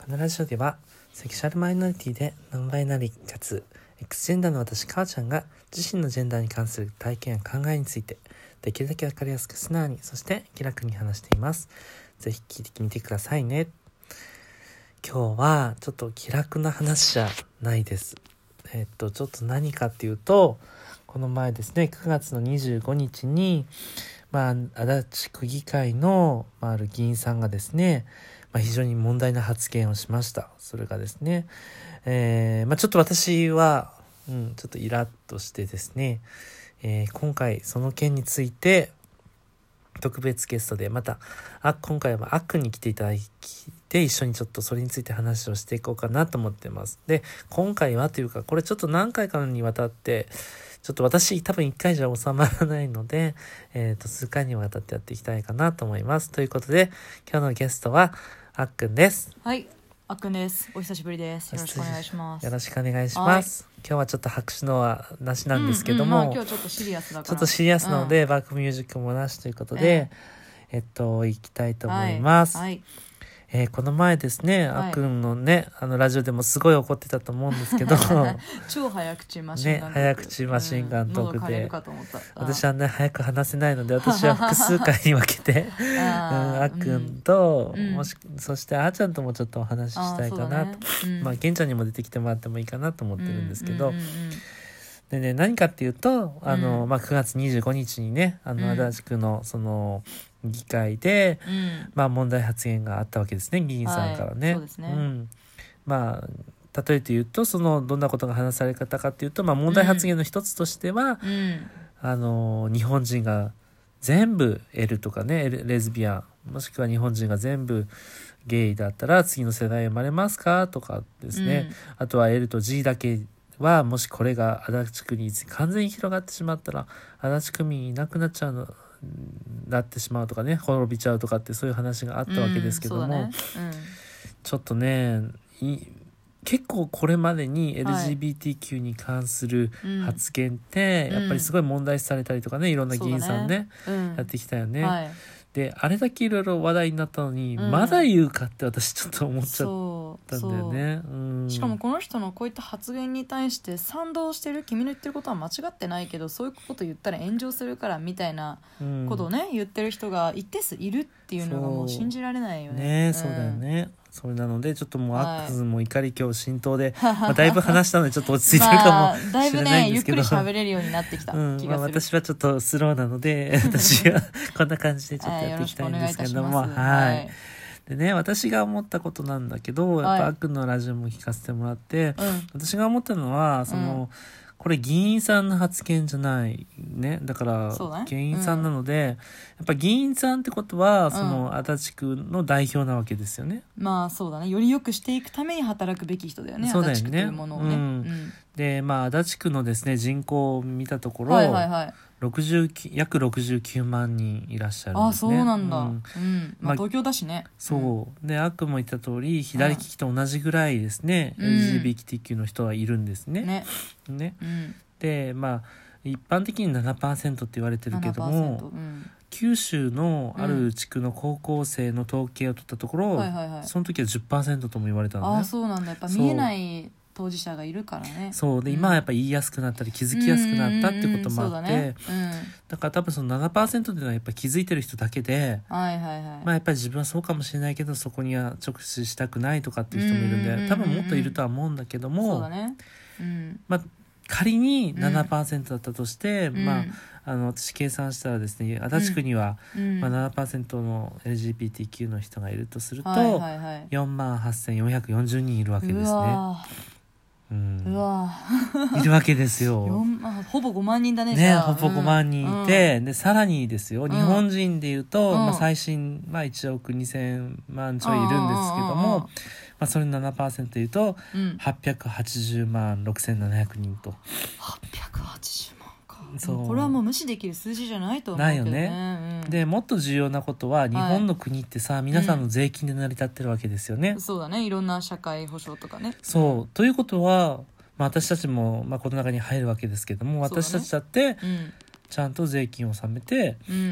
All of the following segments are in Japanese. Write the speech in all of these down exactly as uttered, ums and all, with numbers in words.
このラジオではセクシャルマイノリティでノンバイナリーかつ X ジェンダーの私母ちゃんが自身のジェンダーに関する体験や考えについてできるだけ分かりやすく素直にそして気楽に話しています。ぜひ聞いてみてくださいね。今日はちょっと気楽な話じゃないです。えっとちょっと何かっていうと、この前ですねくがつのにじゅうごにちにまあ足立区議会の、まあ、ある議員さんがですね、まあ、非常に問題な発言をしました。それがですね、えーまあ、ちょっと私は、うん、ちょっとイラッとしてですね、えー、今回その件について特別ゲストでまたあ今回はあっくんに来ていただいて一緒にちょっとそれについて話をしていこうかなと思ってます。で今回はというかこれちょっと何回かにわたってちょっと私多分いっかいじゃ収まらないので、えーと数回にわたってやっていきたいかなと思います。ということで今日のゲストはあっくんです。 はい、あっくんです。お久しぶりです。よろしくお願いします。 よろしくお願いします。はい、今日はちょっと拍手のはなしなんですけども、 うんうんまあ、今日ちょっとシリアスだからちょっとシリアスなので、うん、バックミュージックもなしということで、えー、えっと行きたいと思います。 はいはいえー、この前ですね、はい、あっくんのねあのラジオでもすごい怒ってたと思うんですけど超早口マシンガントーク、 ね、早口マシンガントークで、 うん、 私はね早く話せないので私は複数回に分けてあ、うん、あっくんと、うん、もしそしてあーちゃんともちょっとお話ししたいかなと、ねうん、まあけんちゃんにも出てきてもらってもいいかなと思ってるんですけど、うんうんうんうんでね、何かっていうとあの、うんまあ、くがつにじゅうごにちにねあの、うん、足立区のその議会で、うんまあ、問題発言があったわけですね議員さんからね。 はい、そうですね、うん、 まあ例えて言うとそのどんなことが話されたかっていうと、まあ、問題発言の一つとしては、うん、あの日本人が全部 L とかねレズビアンもしくは日本人が全部ゲイだったら次の世代生まれますかとかですね、うん、あとは L と G だけはもしこれが足立区に完全に広がってしまったら足立区民いなくなっちゃうのなってしまうとかね滅びちゃうとかってそういう話があったわけですけども、うんねうん、ちょっとね結構これまでに エルジービーティーキュー に関する発言ってやっぱりすごい問題視されたりとかねいろんな議員さん ね, ね、うん、やってきたよね、はい、であれだけいろいろ話題になったのに、うん、まだ言うかって私ちょっと思っちゃったんだよね。うん、 しかもこの人のこういった発言に対して賛同してる君の言ってることは間違ってないけどそういうこと言ったら炎上するからみたいなことをね、うん、言ってる人が一定数いるっていうのがもう信じられないよね。 ね、うん、そうだよね。それなのでちょっともうアックスも怒り今日浸透で、はいまあ、だいぶ話したのでちょっと落ち着いてるかもしれないんですけど、まあ、 だいぶねゆっくり喋れるようになってきた気がする、うんまあ、 私はちょっとスローなので私はこんな感じでちょっとやっていきたいんですけども、はい、はいでね、私が思ったことなんだけどやっぱあっくんのラジオも聞かせてもらって、はい、私が思ったのはその、うんこれ議員さんの発言じゃないねだから議員さんなので、うん、やっぱ議員さんってことはその足立区の代表なわけですよね、 うん、まあそうだねより良くしていくために働くべき人だよねそうだよね足立区というものをね、うんうん、 でまあ足立区のですね人口を見たところ、はいはいはいろくじゅう約ろくじゅうきゅうまんにんいらっしゃるんですね。 あそうなんだ、うんうんまあ、東京だしねそう、うん、であっくんも言った通り左利きと同じぐらいですね、うん、エルジービーティーキュー の人はいるんですね、ねね、うん、でまあ一般的に ななパーセント って言われてるけども、うん、九州のある地区の高校生の統計を取ったところ、うんはいはいはい、その時は じゅっパーセント とも言われたのね。 あそうなんだやっぱ見えない当事者がいるからね。 そうで、うん、今はやっぱ言いやすくなったり気づきやすくなったってこともあって、うんうんうん だ, ねうん、だから多分その ななパーセント っていうのはやっぱ気づいてる人だけで、はいはいはいまあ、やっぱり自分はそうかもしれないけどそこには直視したくないとかっていう人もいるんで、うんうんうんうん、多分もっといるとは思うんだけどもそうだね、うんまあ、仮に ななパーセント だったとして、うんまあ、あの私計算したらですね足立区には、うんまあ、ななパーセント の エルジービーティーキュー の人がいるとすると、はいはいはい、よんまんはっせんよんひゃくよんじゅうにんいるわけですね。うわうん、うわいるわけですよほぼごまんにんだねねほぼごまんにんいて、うん、でさらにですよ、うん、日本人でいうと、うんまあ、最新、まあ、いちおくにせんまんちょいいるんですけども、まあ、それの ななパーセント でいうと、うん、はっぴゃくはちじゅうまんろくせんななひゃくにんとはっぴゃくはちじゅうまんかそうこれはもう無視できる数字じゃないと思うけどね。 ないよね、うん、でもっと重要なことは日本の国ってさ、はい、皆さんの税金で成り立ってるわけですよね、 うん、そうだねいろんな社会保障とかねそう、うん、ということは、まあ、私たちも、まあ、この中に入るわけですけども、ね、私たちだってちゃんと税金を納めて、うん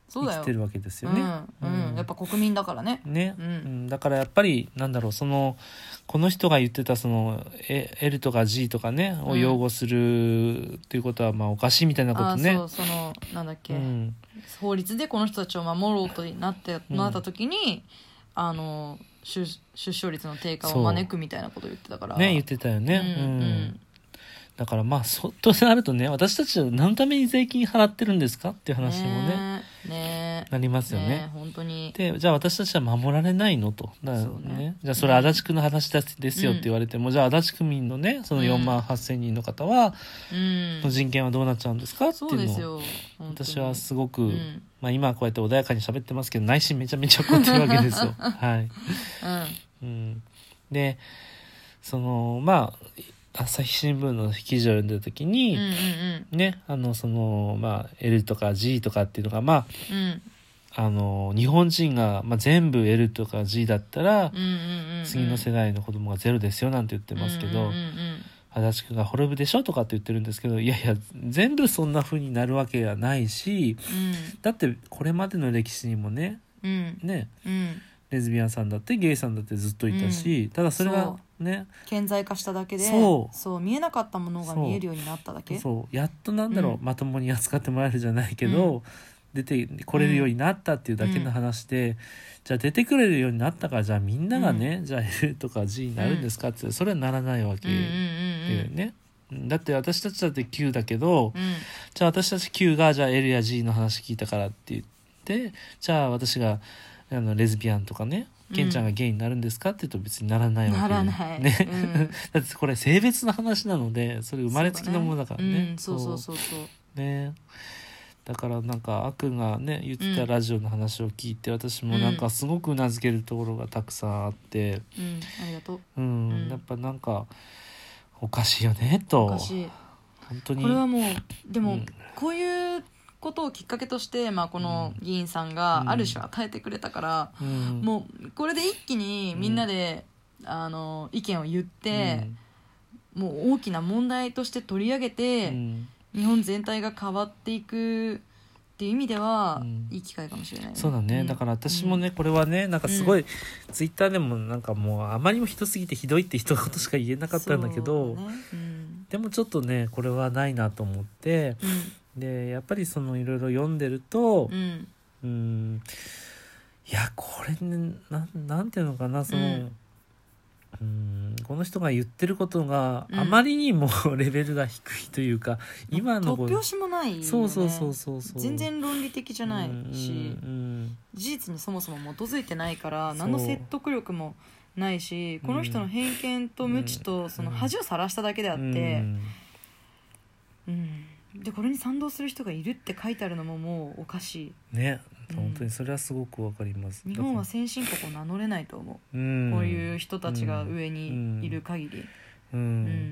そうだよ生きてるわけですよね。 うんうん、やっぱ国民だからね。 ね、 うんうん、だからやっぱりなんだろう、そのこの人が言ってたその L とか G とかねを擁護するっていうことはまあおかしいみたいなことね。 あそうそのなんだっけ、 うん、 法律でこの人たちを守ろうとなって、 うん、 なった時にあの出出生率の低下を招くみたいなことを言ってたからね、言ってたよね。 うんうんうん、 だからまあそとなるとね、私たちは何のために税金払ってるんですかっていう話もね、 ねねなりますよね。 ね本当に。 でじゃあ私たちは守られないのと。だからね、ね、じゃあそれ足立区の話ですよって言われても、うん、じゃあ足立区民のねそのよんまんはっせんにんの方は、うん、の人権はどうなっちゃうんですかっていうのを私はすごく、うん、まあ、今はこうやって穏やかに喋ってますけど内心めちゃめちゃ怒ってるわけですよ。はい、うんうん、でそのまあ朝日新聞の記事を読んでる時に、うんうんうん、ねあのそのまあ L とか G とかっていうのがまあ、うん、あの日本人が、まあ、全部 L とか G だったら、うんうんうん、次の世代の子供がゼロですよなんて言ってますけど、うんうんうん、足立区が滅ぶでしょとかって言ってるんですけど、いやいや全部そんな風になるわけがないし、うん、だってこれまでの歴史にもね、うん、ね、うんレズビアンさんだってゲイさんだってずっといたし、うん、ただそれがね顕在化しただけでそうそう見えなかったものが見えるようになっただけ。 そうやっとなんだろう、うん、まともに扱ってもらえるじゃないけど、うん、出てこれるようになったっていうだけの話で、うん、じゃあ出てくれるようになったからじゃあみんながね、うん、じゃあ L とか G になるんですかって、うん、それはならないわけでね、うんうんうん、だって私たちだって Q だけど、うん、じゃあ私たち Q がじゃあ L や G の話聞いたからって言ってじゃあ私があのレズビアンとかねケンちゃんがゲイになるんですかって言うと別にならないわけで、 ならない、 ねうん、 だってこれ性別の話なのでそれ生まれつきのものだからね、 そうそうそうそうねだからなんかあくんがね言ってたラジオの話を聞いて、うん、私もなんかすごくうなずけるところがたくさんあって、 うん、ありがとう、 うんうん、やっぱなんかおかしいよねと。 おかしい本当にこれはもうでも、うん、こういうことをきっかけとして、まあ、この議員さんがある種与えてくれたから、うん、もうこれで一気にみんなで、うん、あの意見を言って、うん、もう大きな問題として取り上げて、うん、日本全体が変わっていくっていう意味では、うん、いい機会かもしれない、ね、 そうだね、うん、だから私もねこれはねなんかすごい、うん、ツイッターでもなんかもうあまりにもひどすぎてひどいって一言しか言えなかったんだけど、ねうん、でもちょっとねこれはないなと思って、うん、でやっぱりそのいろいろ読んでると、うん、うんいやこれね な, なんていうのかなその、うんうんこの人が言ってることがあまりにもレベルが低いというか、うん、今の突拍子もないよね。 そうそうそうそうそう全然論理的じゃないし、うんうん、事実にそもそも基づいてないから何の説得力もないし、この人の偏見と無知とその恥をさらしただけであって、うんうん、でこれに賛同する人がいるって書いてあるのももうおかしいね。 本当にそれはすごくわかります、 うん、日本は先進国を名乗れないと思う、うん、こういう人たちが上にいる限り、うんうん、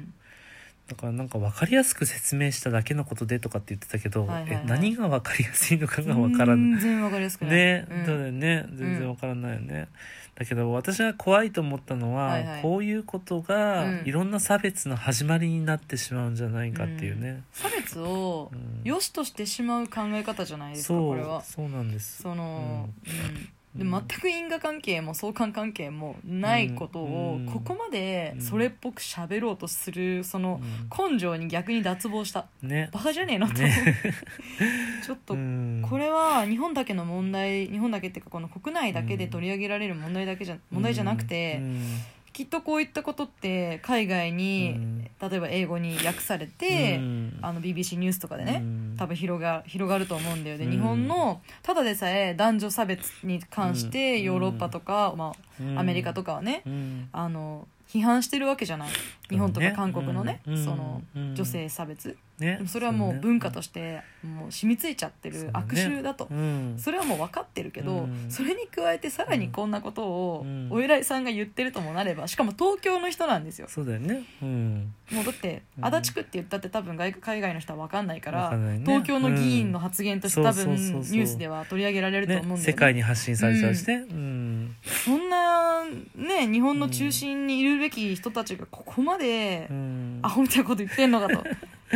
だからなんか分かりやすく説明しただけのことでとかって言ってたけど、はいはいはい、え何が分かりやすいのかが分からない全然分かりやすくないね、うん、だよね全然分からないよね、うん、だけど私が怖いと思ったのは、はいはい、こういうことがいろんな差別の始まりになってしまうんじゃないかっていうね、うん、 差別を良しとしてしまう考え方じゃないですか、うん、これはそうなんですその、うんうんで全く因果関係も相関関係もないことをここまでそれっぽく喋ろうとするその根性に逆に脱帽した、ね、バカじゃねえのと、ね、ちょっとこれは日本だけの問題日本だけっていうかこの国内だけで取り上げられる問題だけじゃ問題じゃなくてきっとこういったことって海外に例えば英語に訳されてあの ビービーシー ニュースとかでね多分広が、広がると思うんだよね。日本のただでさえ男女差別に関してヨーロッパとか、まあ、アメリカとかはねあの批判してるわけじゃない。日本とか韓国のね、その女性差別、ね、それはもう文化としてもう染みついちゃってる悪臭だと そ,、ねうん、それはもう分かってるけど、うん、それに加えてさらにこんなことをお偉いさんが言ってるともなればしかも東京の人なんですよ。 そうだよね、うん、 もうだって足立区って言ったって多分外海外の人は分かんないから、ね、東京の議員の発言として多分ニュースでは取り上げられると思うんだよね、 ね、世界に発信されちゃうしね、うんうん、 そんなね日本の中心にいるべき人たちがここまでアホみたいなこと言ってんのかと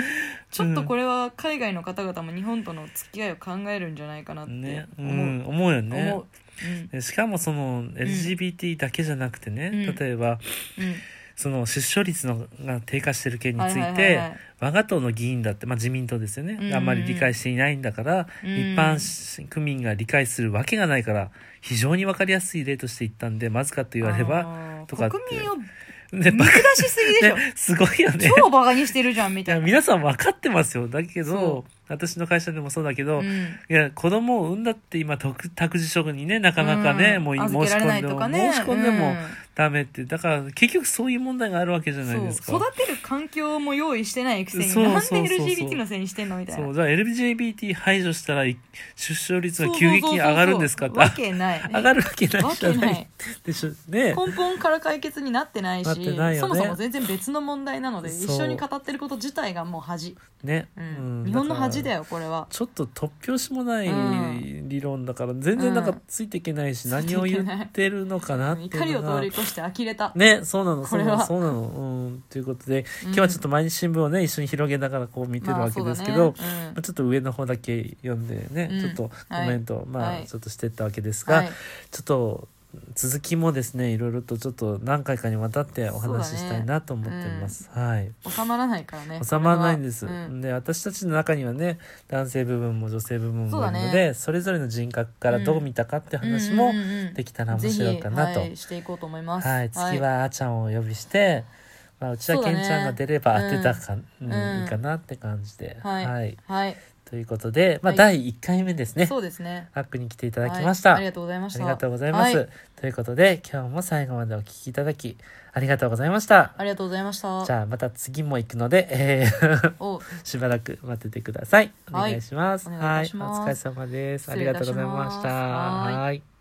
ちょっとこれは海外の方々も日本との付き合いを考えるんじゃないかなって思う、 ね、うん、思うよね。 思う、うん、 しかもその エルジービーティー だけじゃなくてね、 うん、 例えば、 うん、 その出生率のが低下してる件について、 はいはいはいはい、 我が党の議員だって、まあ、自民党ですよね、 うんうん、 あんまり理解していないんだから、うん、一般区民が理解するわけがないから非常に分かりやすい例として言ったんで、まずかと言わればとかって国民を見下しすぎでしょ、 ね、すごいよね、 超バカにしてるじゃんみたいな。 いや皆さん分かってますよ。だけど私の会社でもそうだけど、うん、いや子供を産んだって今託児所にねなかなかね、うん、もう申し込んでも、ね、申し込んでもダメって、だから結局そういう問題があるわけじゃないですか。 育てる環境も用意してないくせになんで エルジービーティー のせいにしてんのみたいな。 そうじゃあ エルジービーティー 排除したら出生率が急激に上がるんですかって、 わけない上がるわけないわけないでしょ、ね、 根本から解決になってないし、 なってないよね、 そもそも全然別の問題なので一緒に語ってること自体がもう恥ね、うん、日本の恥だよこれは。 ちょっと突拍子もない理論だから、うん、全然なんかついていけないし、うん、何を言ってるのかなっていうのが怒りを通り越して呆れたね。そうなのそうなのそうなの、うん、ということで、うん、今日はちょっと毎日新聞をね一緒に広げながらこう見てるわけですけど、まあね、うん、まあ、ちょっと上の方だけ読んでね、うん、ちょっとコメント、はい、まあちょっとしてったわけですが、はい、ちょっと続きもですねいろいろとちょっと何回かにわたってお話ししたいなと思っています、ね、うん、はい、 収まらないからね。 収まらないんです、うん、で私たちの中にはね男性部分も女性部分もいるので そ,、ね、それぞれの人格からどう見たかって話もできたら面白いかなと、 はい、していこうと思います、 はい、次はあーちゃんをお呼びして、まあ、内田健ちゃんが出れば当てたか、うん、いいかなって感じで、 はい、はいはい、 ということで、まあ、だいいっかいめですね。 そうですね。 アックに来ていただきました、 はい。ありがとうございました。 ありがとうございます。はい、ということで、今日も最後までお聞きいただき、ありがとうございました。 ありがとうございました。 じゃあ、また次も行くので、えー、しばらく待っててください。お願いします。はい。はい、お疲れ様です。ありがとうございました。はい。